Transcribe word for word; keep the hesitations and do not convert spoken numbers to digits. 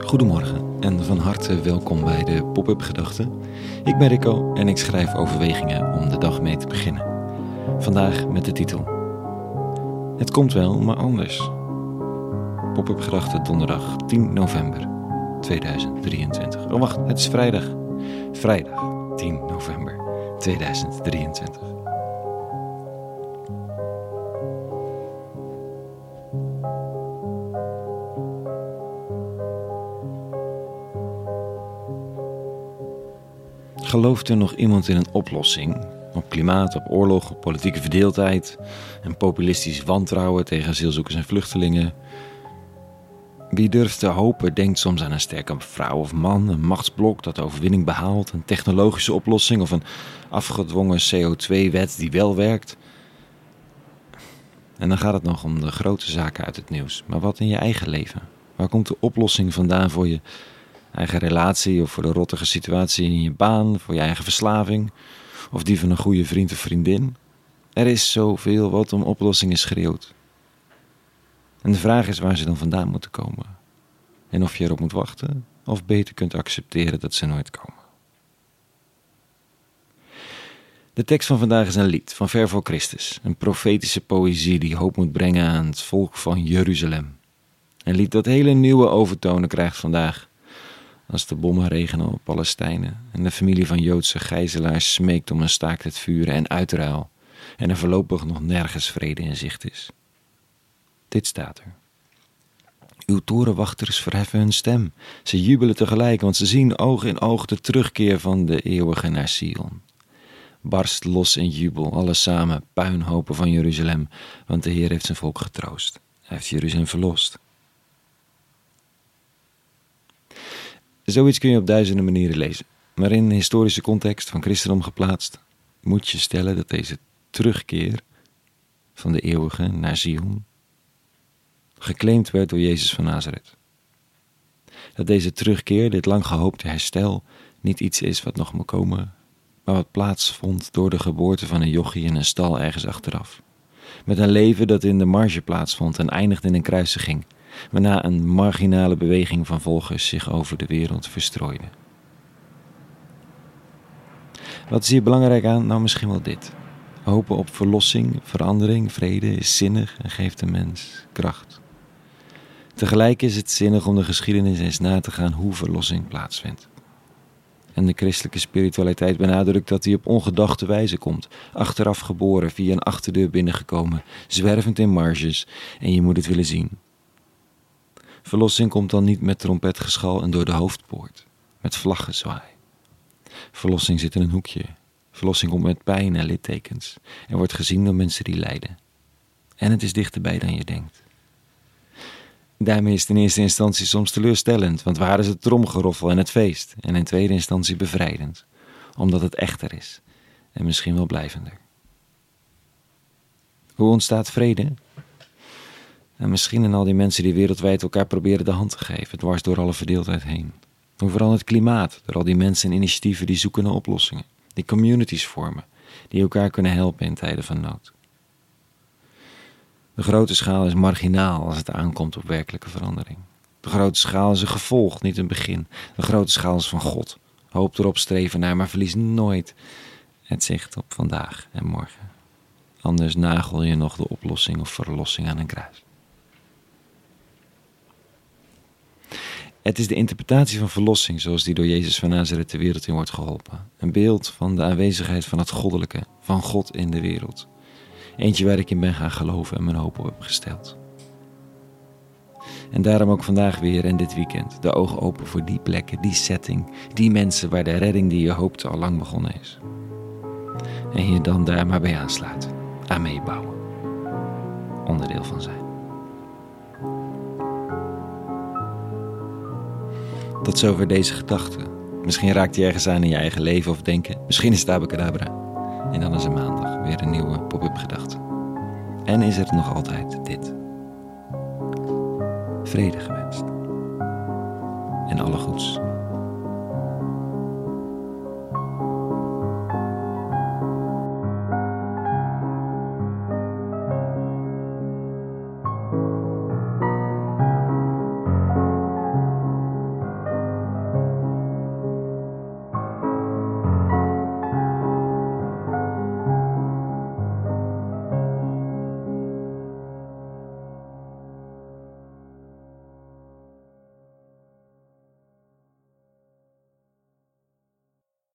Goedemorgen en van harte welkom bij de Pop-up Gedachten. Ik ben Rico en ik schrijf overwegingen om de dag mee te beginnen. Vandaag met de titel: Het komt wel, maar anders. Pop-up Gedachten donderdag tien november tweeduizend drieëntwintig. Oh wacht, het is vrijdag. Vrijdag tien november tweeduizend drieëntwintig. Gelooft er nog iemand in een oplossing? Op klimaat, op oorlog, op politieke verdeeldheid en populistisch wantrouwen tegen asielzoekers en vluchtelingen? Wie durft te hopen denkt soms aan een sterke vrouw of man, een machtsblok dat de overwinning behaalt, een technologische oplossing of een afgedwongen C O twee wet die wel werkt. En dan gaat het nog om de grote zaken uit het nieuws. Maar wat in je eigen leven? Waar komt de oplossing vandaan voor je eigen relatie of voor de rottige situatie in je baan, voor je eigen verslaving of die van een goede vriend of vriendin? Er is zoveel wat om oplossingen schreeuwt. En de vraag is waar ze dan vandaan moeten komen. En of je erop moet wachten of beter kunt accepteren dat ze nooit komen. De tekst van vandaag is een lied van ver voor Christus. Een profetische poëzie die hoop moet brengen aan het volk van Jeruzalem. Een lied dat hele nieuwe overtonen krijgt vandaag, als de bommen regenen op Palestijnen en de familie van Joodse gijzelaars smeekt om een staakt het vuren en uitruil en er voorlopig nog nergens vrede in zicht is. Dit staat er. Uw torenwachters verheffen hun stem. Ze jubelen tegelijk, want ze zien oog in oog de terugkeer van de eeuwige naar Sion. Barst los in jubel, alle samen, puinhopen van Jeruzalem, want de Heer heeft zijn volk getroost. Hij heeft Jeruzalem verlost. Zoiets kun je op duizenden manieren lezen. Maar in de historische context van christendom geplaatst, moet je stellen dat deze terugkeer van de eeuwige naar Sion geclaimd werd door Jezus van Nazareth. Dat deze terugkeer, dit lang gehoopte herstel, niet iets is wat nog moet komen, maar wat plaatsvond door de geboorte van een jochie in een stal ergens achteraf. Met een leven dat in de marge plaatsvond en eindigde in een kruisiging, waarna een marginale beweging van volgers zich over de wereld verstrooide. Wat is hier belangrijk aan? Nou, misschien wel dit. Hopen op verlossing, verandering, vrede is zinnig en geeft de mens kracht. Tegelijk is het zinnig om de geschiedenis eens na te gaan hoe verlossing plaatsvindt. En de christelijke spiritualiteit benadrukt dat die op ongedachte wijze komt, achteraf geboren, via een achterdeur binnengekomen, zwervend in marges, en je moet het willen zien. Verlossing komt dan niet met trompetgeschal en door de hoofdpoort, met vlaggenzwaai. Verlossing zit in een hoekje. Verlossing komt met pijn en littekens en wordt gezien door mensen die lijden. En het is dichterbij dan je denkt. Daarmee is het in eerste instantie soms teleurstellend, want waar is het tromgeroffel en het feest? En in tweede instantie bevrijdend, omdat het echter is en misschien wel blijvender. Hoe ontstaat vrede? En misschien in al die mensen die wereldwijd elkaar proberen de hand te geven, dwars door alle verdeeldheid heen. Hoe vooral het klimaat, door al die mensen en initiatieven die zoeken naar oplossingen. Die communities vormen, die elkaar kunnen helpen in tijden van nood. De grote schaal is marginaal als het aankomt op werkelijke verandering. De grote schaal is een gevolg, niet een begin. De grote schaal is van God. Hoop erop, streven naar, maar verlies nooit het zicht op vandaag en morgen. Anders nagel je nog de oplossing of verlossing aan een kruis. Het is de interpretatie van verlossing zoals die door Jezus van Nazareth de wereld in wordt geholpen. Een beeld van de aanwezigheid van het goddelijke, van God in de wereld. Eentje waar ik in ben gaan geloven en mijn hoop op heb gesteld. En daarom ook vandaag weer en dit weekend de ogen open voor die plekken, die setting, die mensen waar de redding die je hoopte al lang begonnen is. En je dan daar maar bij aansluiten, aan meebouwen, onderdeel van zijn. Tot zover deze gedachte. Misschien raakt hij ergens aan in je eigen leven of denken. Misschien is het abacadabra. En dan is er maandag weer een nieuwe pop-up gedachte. En is er nog altijd dit. Vrede gewenst. En alle goeds.